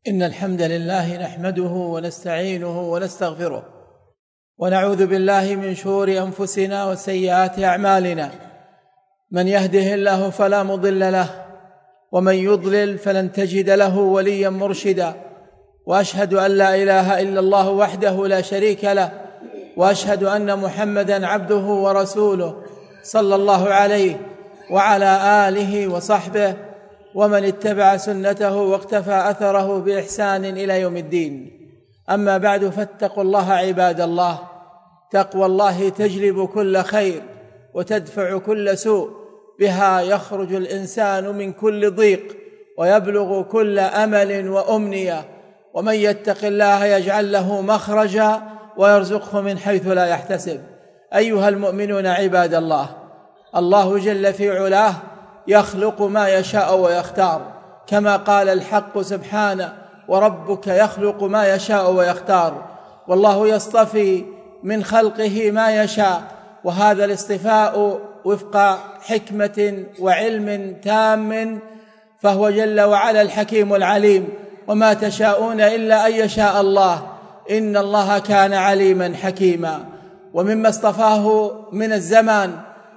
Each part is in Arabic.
إن الحمد لله نحمده ونستعينه ونستغفره ونعوذ بالله من شرور أنفسنا وسيئات أعمالنا. من يهده الله فلا مضل له ومن يضلل فلن تجد له وليا مرشدا. وأشهد أن لا إله إلا الله وحده لا شريك له، وأشهد أن محمدًا عبده ورسوله صلى الله عليه وعلى آله وصحبه ومن اتبع سنته واقتفى أثره بإحسان إلى يوم الدين. أما بعد، فاتقوا الله عباد الله. تقوى الله تجلب كل خير وتدفع كل سوء، بها يخرج الإنسان من كل ضيق ويبلغ كل أمل وأمنية. ومن يتق الله يجعل له مخرجا ويرزقه من حيث لا يحتسب. أيها المؤمنون عباد الله، الله جل في علاه يخلق ما يشاء ويختار، كما قال الحق سبحانه: وربك يخلق ما يشاء ويختار. والله يصطفي من خلقه ما يشاء، وهذا الاصطفاء وفق حكمة وعلم تام، فهو جل وعلا الحكيم العليم. وما تشاءون إلا أن يشاء الله، إن الله كان عليما حكيما. ومما اصطفاه من الزمان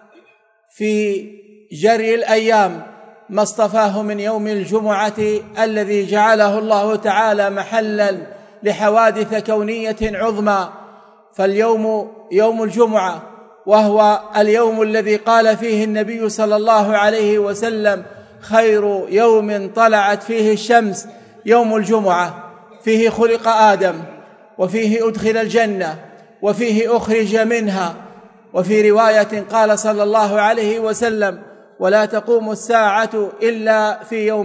في جري الأيام ما اصطفاه من يوم الجمعة الذي جعله الله تعالى محلا لحوادث كونية عظمى. فاليوم يوم الجمعة، وهو اليوم الذي قال فيه النبي صلى الله عليه وسلم: خير يوم طلعت فيه الشمس يوم الجمعة، فيه خلق آدم، وفيه أدخل الجنة، وفيه أخرج منها. وفي رواية قال صلى الله عليه وسلم: ولا تقوم الساعة إلا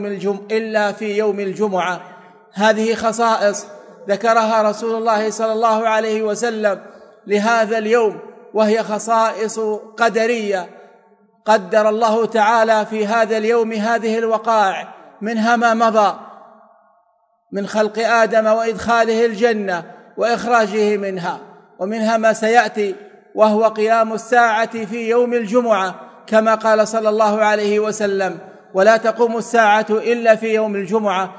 في يوم الجمعة. هذه خصائص ذكرها رسول الله صلى الله عليه وسلم لهذا اليوم، وهي خصائص قدرية. قدر الله تعالى في هذا اليوم هذه الوقائع، منها ما مضى من خلق آدم وإدخاله الجنة وإخراجه منها، ومنها ما سيأتي وهو قيام الساعة في يوم الجمعة، كما قال صلى الله عليه وسلم: ولا تقوم الساعة إلا في يوم الجمعة.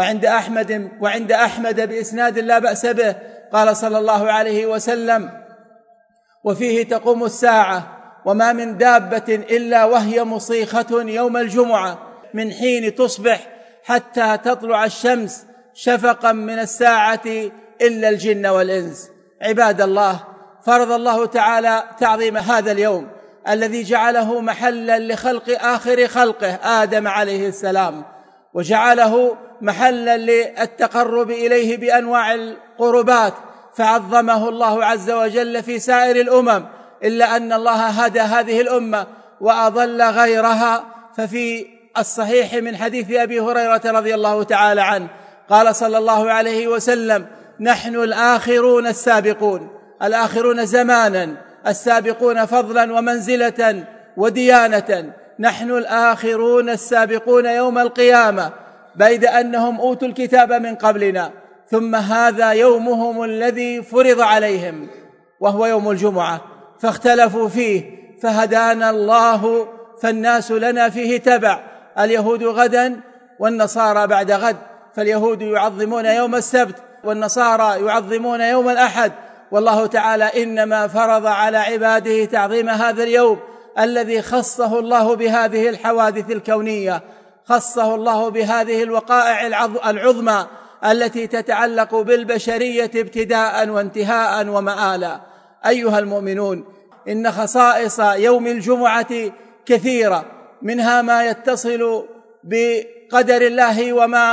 وعند أحمد بإسناد لا بأس به قال صلى الله عليه وسلم: وفيه تقوم الساعة، وما من دابة إلا وهي مصيخة يوم الجمعة، من حين تصبح حتى تطلع الشمس شفقا من الساعة إلا الجن والإنس. عباد الله، فرض الله تعالى تعظيم هذا اليوم الذي جعله محلا لخلق آخر خلقه آدم عليه السلام، وجعله محلا للتقرب إليه بأنواع القربات، فعظمه الله عز وجل في سائر الأمم، إلا أن الله هدى هذه الأمة وأضل غيرها. ففي الصحيح من حديث أبي هريرة رضي الله تعالى عنه قال صلى الله عليه وسلم: نحن الآخرون السابقون، الآخرون زمانا، السابقون فضلا ومنزلة وديانة. نحن الآخرون السابقون يوم القيامة، بيد أنهم أوتوا الكتاب من قبلنا، ثم هذا يومهم الذي فرض عليهم وهو يوم الجمعة، فاختلفوا فيه فهدانا الله، فالناس لنا فيه تبع، اليهود غدا والنصارى بعد غد. فاليهود يعظمون يوم السبت، والنصارى يعظمون يوم الأحد. والله تعالى إنما فرض على عباده تعظيم هذا اليوم الذي خصه الله بهذه الحوادث الكونية، خصه الله بهذه الوقائع العظمى التي تتعلق بالبشرية ابتداء وانتهاء ومآلا. أيها المؤمنون، إن خصائص يوم الجمعة كثيرة، منها ما يتصل بقدر الله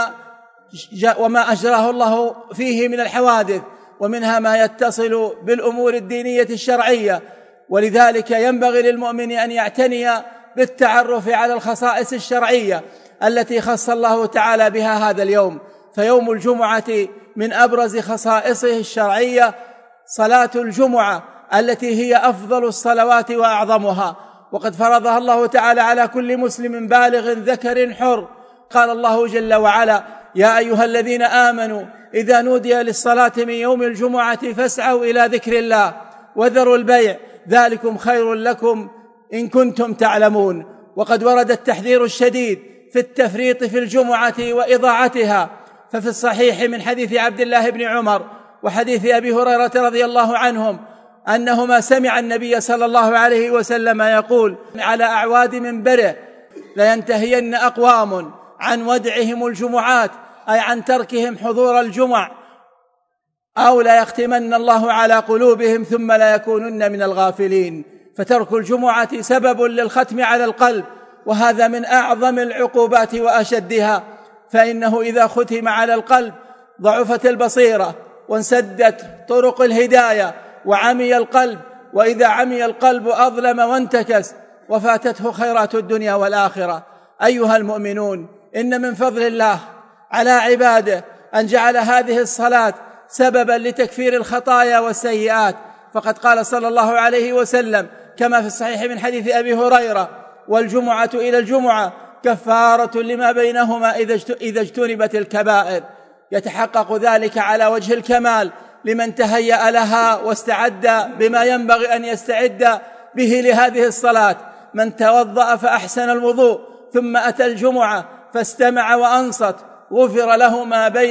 وما أجراه الله فيه من الحوادث، ومنها ما يتصل بالأمور الدينية الشرعية. ولذلك ينبغي للمؤمن أن يعتني بالتعرف على الخصائص الشرعية التي خص الله تعالى بها هذا اليوم. فيوم الجمعة من أبرز خصائصه الشرعية صلاة الجمعة، التي هي أفضل الصلوات وأعظمها، وقد فرضها الله تعالى على كل مسلم بالغ ذكر حر. قال الله جل وعلا: يا أيها الذين آمنوا إذا نودي للصلاة من يوم الجمعة فاسعوا إلى ذكر الله وذروا البيع، ذلكم خير لكم إن كنتم تعلمون. وقد ورد التحذير الشديد في التفريط في الجمعة وإضاعتها، ففي الصحيح من حديث عبد الله بن عمر وحديث أبي هريرة رضي الله عنهم أنهما سمع النبي صلى الله عليه وسلم يقول على أعواد منبره: لينتهين أقوام عن ودعهم الجمعات، أي عن تركهم حضور الجمع، أو لا يختمن الله على قلوبهم ثم لا يكونن من الغافلين. فترك الجمعة سبب للختم على القلب، وهذا من أعظم العقوبات وأشدها، فإنه إذا ختم على القلب ضعفت البصيرة وانسدت طرق الهداية وعمي القلب، وإذا عمي القلب أظلم وانتكس وفاتته خيرات الدنيا والآخرة. أيها المؤمنون، إن من فضل الله على عباده أن جعل هذه الصلاة سببا لتكفير الخطايا والسيئات، فقد قال صلى الله عليه وسلم كما في الصحيح من حديث أبي هريرة: والجمعة إلى الجمعة كفارة لما بينهما إذا اجتنبت الكبائر. يتحقق ذلك على وجه الكمال لمن تهيأ لها واستعد بما ينبغي أن يستعد به لهذه الصلاة. من توضأ فأحسن الوضوء ثم أتى الجمعة فاستمع وأنصت غفر له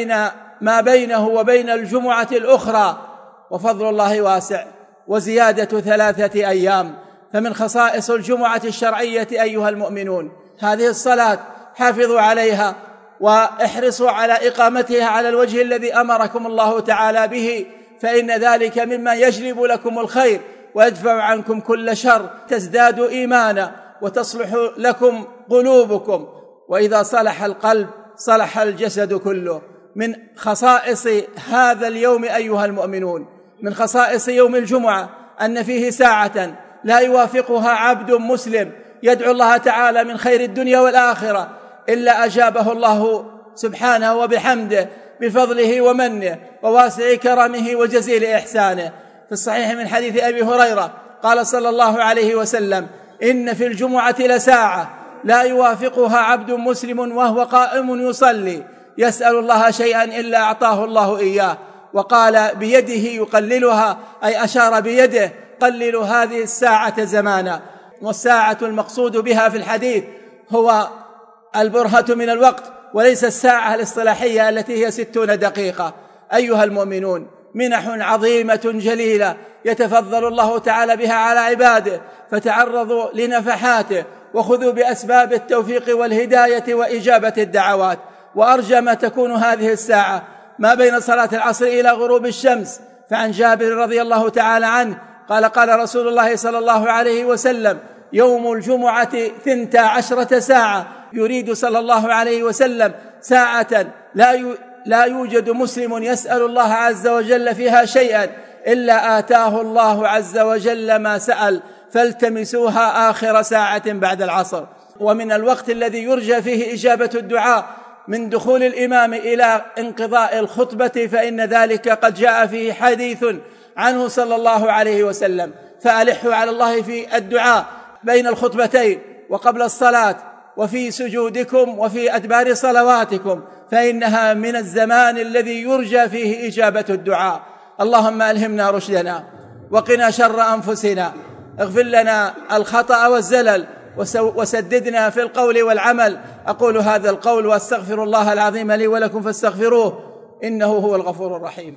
ما بينه وبين الجمعة الأخرى. وفضل الله واسع، وزيادة 3 أيام. فمن خصائص الجمعة الشرعية أيها المؤمنون هذه الصلاة، حافظوا عليها واحرصوا على إقامتها على الوجه الذي أمركم الله تعالى به، فإن ذلك مما يجلب لكم الخير ويدفع عنكم كل شر، تزداد إيمانا وتصلح لكم قلوبكم، وإذا صلح القلب صلح الجسد كله. من خصائص هذا اليوم أيها المؤمنون، من خصائص يوم الجمعة أن فيه ساعة لا يوافقها عبد مسلم يدعو الله تعالى من خير الدنيا والآخرة إلا أجابه الله سبحانه وبحمده بفضله ومنه وواسع كرمه وجزيل إحسانه. في الصحيح من حديث أبي هريرة قال صلى الله عليه وسلم: إن في الجمعة لساعة لا يوافقها عبد مسلم وهو قائم يصلي يسأل الله شيئا إلا أعطاه الله إياه. وقال: بيده يقللها، أي أشار بيده: قلل هذه الساعة زمانا. والساعة المقصود بها في الحديث هو البرهة من الوقت، وليس الساعة الاصطلاحية التي هي 60 دقيقة. أيها المؤمنون، منح عظيمة جليلة يتفضل الله تعالى بها على عباده، فتعرضوا لنفحاته وخذوا بأسباب التوفيق والهداية وإجابة الدعوات. وأرجى ما تكون هذه الساعة ما بين صلاة العصر إلى غروب الشمس. فعن جابر رضي الله تعالى عنه قال: قال رسول الله صلى الله عليه وسلم: يوم الجمعة 12 ساعة. يريد صلى الله عليه وسلم ساعة لا يوجد مسلم يسأل الله عز وجل فيها شيئا إلا آتاه الله عز وجل ما سأل، فالتمسوها آخر ساعة بعد العصر. ومن الوقت الذي يرجى فيه إجابة الدعاء من دخول الإمام إلى انقضاء الخطبة، فإن ذلك قد جاء فيه حديث عنه صلى الله عليه وسلم: فألحوا على الله في الدعاء بين الخطبتين وقبل الصلاة وفي سجودكم وفي أدبار صلواتكم، فإنها من الزمان الذي يرجى فيه إجابة الدعاء. اللهم ألهمنا رشدنا وقنا شر أنفسنا، اغفر لنا الخطأ والزلل وسددنا في القول والعمل. أقول هذا القول وأستغفر الله العظيم لي ولكم فاستغفروه إنه هو الغفور الرحيم.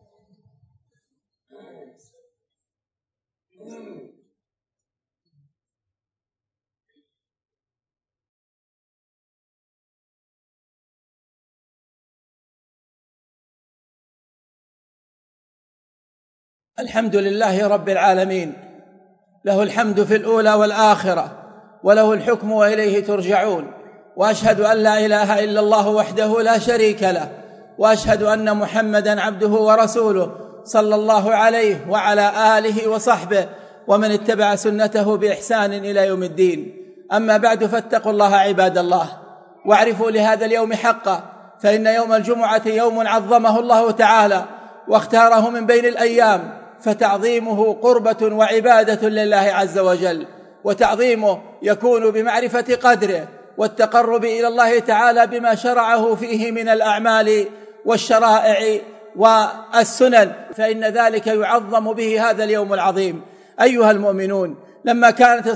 الحمد لله رب العالمين، له الحمد في الأولى والآخرة، وله الحكم وإليه ترجعون. وأشهد أن لا إله إلا الله وحده لا شريك له، وأشهد أن محمدًا عبده ورسوله صلى الله عليه وعلى آله وصحبه ومن اتبع سنته بإحسان إلى يوم الدين. أما بعد، فاتقوا الله عباد الله، واعرفوا لهذا اليوم حقه، فإن يوم الجمعة يوم عظمه الله تعالى واختاره من بين الأيام، فتعظيمه قربة وعبادة لله عز وجل، وتعظيمه يكون بمعرفة قدره والتقرب إلى الله تعالى بما شرعه فيه من الأعمال والشرائع والسنن، فإن ذلك يعظم به هذا اليوم العظيم. أيها المؤمنون، لما كانت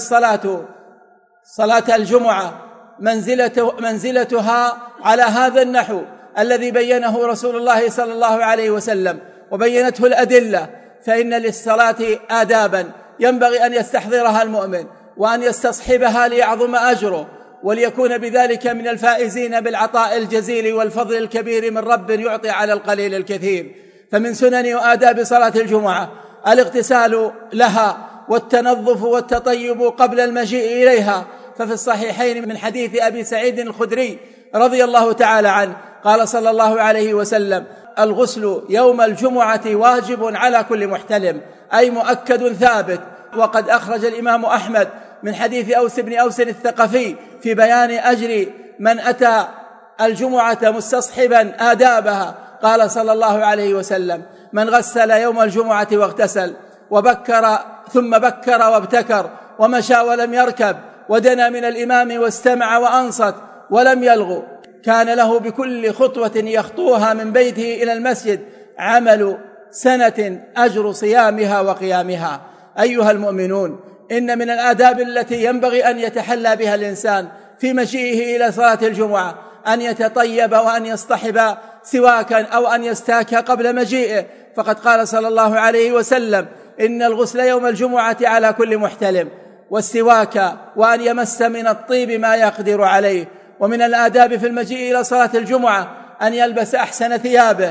صلاة الجمعة منزلتها على هذا النحو، الذي بينه رسول الله صلى الله عليه وسلم وبينته الأدلة، فإن للصلاة آدابا ينبغي أن يستحضرها المؤمن وأن يستصحبها ليعظم أجره وليكون بذلك من الفائزين بالعطاء الجزيل والفضل الكبير من رب يعطي على القليل الكثير. فمن سنن وآداب صلاة الجمعة الاغتسال لها والتنظف والتطيب قبل المجيء إليها، ففي الصحيحين من حديث أبي سعيد الخدري رضي الله تعالى عنه قال صلى الله عليه وسلم: الغسل يوم الجمعة واجب على كل محتلم، أي مؤكد ثابت. وقد أخرج الإمام أحمد من حديث أوس بن أوس الثقفي في بيان أجر من أتى الجمعة مستصحبا آدابها، قال صلى الله عليه وسلم: من غسل يوم الجمعة واغتسل وبكر ثم بكر وابتكر ومشى ولم يركب ودنا من الإمام واستمع وأنصت ولم يلغو، كان له بكل خطوة يخطوها من بيته إلى المسجد عمل سنة أجر صيامها وقيامها. أيها المؤمنون، إن من الآداب التي ينبغي أن يتحلى بها الإنسان في مجيئه إلى صلاة الجمعة أن يتطيب وأن يصطحب سواكا أو أن يستاك قبل مجيئه، فقد قال صلى الله عليه وسلم: إن الغسل يوم الجمعة على كل محتلم، والسواك وأن يمس من الطيب ما يقدر عليه. ومن الآداب في المجيء إلى صلاة الجمعة أن يلبس أحسن ثيابه،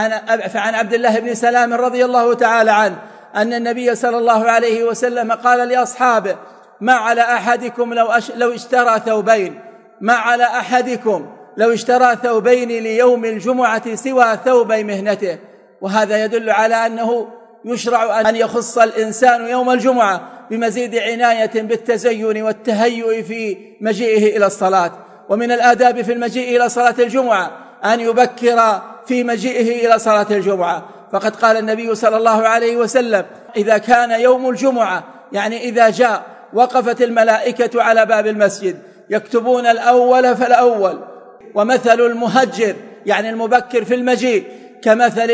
فعن عبد الله بن سلام رضي الله تعالى عنه أن النبي صلى الله عليه وسلم قال لأصحابه: ما على أحدكم لو اشترى ثوبين، ما على أحدكم لو اشترى ثوبين ليوم الجمعة سوى ثوبي مهنته. وهذا يدل على أنه يشرع أن يخص الإنسان يوم الجمعة بمزيد عناية بالتزين والتهيؤ في مجيئه إلى الصلاة. ومن الآداب في المجيء إلى صلاة الجمعة أن يبكر في مجيئه إلى صلاة الجمعة، فقد قال النبي صلى الله عليه وسلم: إذا كان يوم الجمعة، يعني إذا جاء، وقفت الملائكة على باب المسجد يكتبون الأول فالأول. ومثل المهجر، يعني المبكر في المجيء، كمثل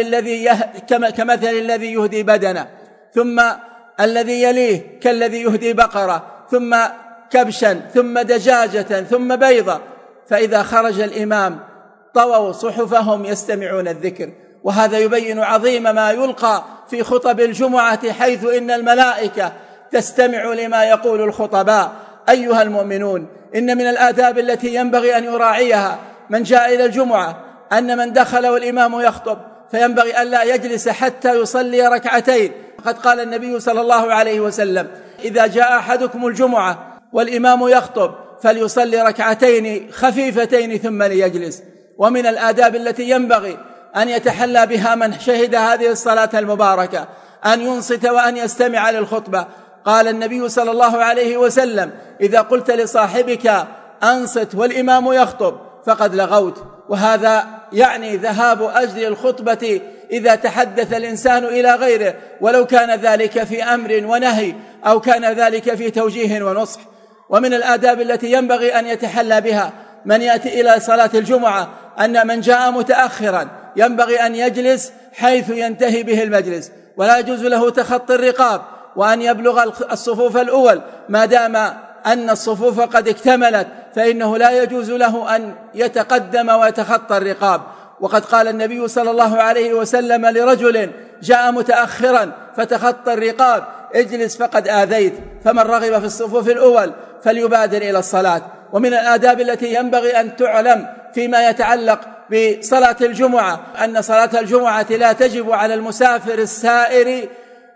الذي يهدي بدنه، ثم الذي يليه كالذي يهدي بقرة، ثم كبشا، ثم دجاجة، ثم بيضة، فإذا خرج الإمام طووا صحفهم يستمعون الذكر. وهذا يبين عظيم ما يلقى في خطب الجمعة، حيث إن الملائكة تستمع لما يقول الخطباء. أيها المؤمنون، إن من الآداب التي ينبغي أن يراعيها من جاء إلى الجمعة أن من دخل والإمام يخطب فينبغي أن لا يجلس حتى يصلي ركعتين. قد قال النبي صلى الله عليه وسلم: إذا جاء أحدكم الجمعة والإمام يخطب فليصلي ركعتين خفيفتين ثم ليجلس. ومن الآداب التي ينبغي أن يتحلى بها من شهد هذه الصلاة المباركة أن ينصت وأن يستمع للخطبة. قال النبي صلى الله عليه وسلم: إذا قلت لصاحبك أنصت والإمام يخطب فقد لغوت. وهذا يعني ذهاب أجر الخطبة إذا تحدث الإنسان إلى غيره، ولو كان ذلك في أمر ونهي أو كان ذلك في توجيه ونصح. ومن الآداب التي ينبغي أن يتحلى بها من يأتي إلى صلاة الجمعة أن من جاء متأخرا ينبغي أن يجلس حيث ينتهي به المجلس، ولا يجوز له تخطي الرقاب، وأن يبلغ الصفوف الأول ما دام أن الصفوف قد اكتملت، فإنه لا يجوز له أن يتقدم ويتخطى الرقاب. وقد قال النبي صلى الله عليه وسلم لرجل جاء متأخرا فتخطى الرقاب: اجلس فقد آذيت. فمن رغب في الصفوف الأول فليبادر إلى الصلاة. ومن الآداب التي ينبغي أن تعلم فيما يتعلق بصلاة الجمعة أن صلاة الجمعة لا تجب على المسافر السائر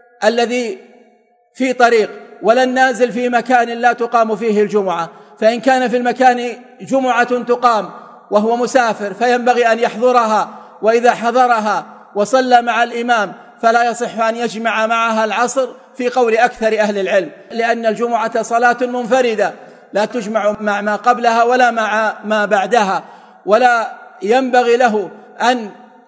الذي في طريق، ولا النازل في مكان لا تقام فيه الجمعة. فإن كان في المكان جمعة تقام وهو مسافر فينبغي أن يحضرها، وإذا حضرها وصلى مع الإمام فلا يصح أن يجمع معها العصر في قول أكثر أهل العلم، لأن الجمعة صلاة منفردة لا تجمع مع ما قبلها ولا مع ما بعدها، ولا ينبغي له أن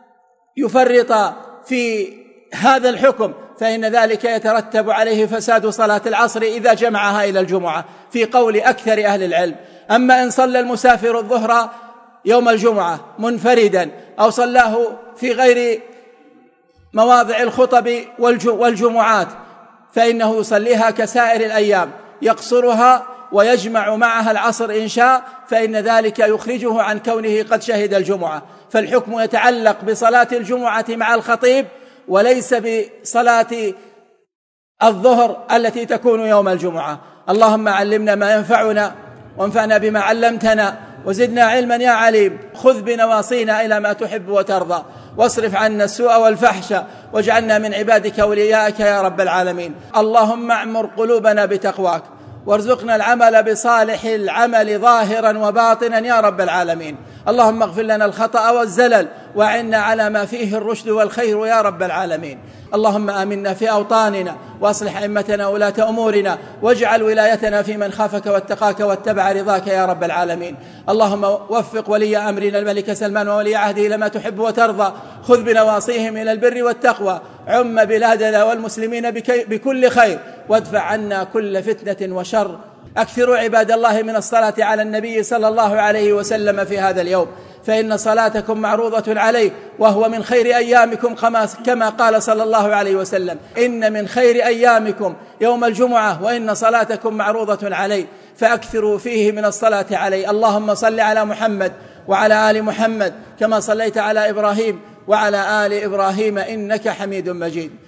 يفرط في هذا الحكم، فإن ذلك يترتب عليه فساد صلاة العصر إذا جمعها إلى الجمعة في قول أكثر أهل العلم. أما إن صلى المسافر الظهر يوم الجمعة منفردا أو صلاه في غير مواضع الخطب والجمعات فإنه يصليها كسائر الأيام، يقصرها ويجمع معها العصر إن شاء، فإن ذلك يخرجه عن كونه قد شهد الجمعة. فالحكم يتعلق بصلاة الجمعة مع الخطيب وليس بصلاة الظهر التي تكون يوم الجمعة. اللهم علمنا ما ينفعنا وانفعنا بما علمتنا وزدنا علما يا عليم. خذ بنواصينا إلى ما تحب وترضى، واصرف عنا السوء والفحش، واجعلنا من عبادك وليائك يا رب العالمين. اللهم اعمر قلوبنا بتقواك، وارزقنا العمل بصالح العمل ظاهرا وباطنا يا رب العالمين. اللهم اغفر لنا الخطأ والزلل، وأعنا على ما فيه الرشد والخير يا رب العالمين. اللهم آمنا في أوطاننا، وأصلح أئمتنا ولاة أمورنا، واجعل ولايتنا في من خافك واتقاك واتبع رضاك يا رب العالمين. اللهم وفق ولي أمرنا الملك سلمان وولي عهده إلى ما تحب وترضى، خذ بنواصيهم إلى البر والتقوى، عم بلادنا والمسلمين بكل خير، وادفع عنا كل فتنة وشر. أكثروا عباد الله من الصلاة على النبي صلى الله عليه وسلم في هذا اليوم، فإن صلاتكم معروضة عليه، وهو من خير أيامكم كما قال صلى الله عليه وسلم: إن من خير أيامكم يوم الجمعة، وإن صلاتكم معروضة عليه، فأكثروا فيه من الصلاة عليه. اللهم صل على محمد وعلى آل محمد كما صليت على إبراهيم وعلى آل إبراهيم إنك حميد مجيد.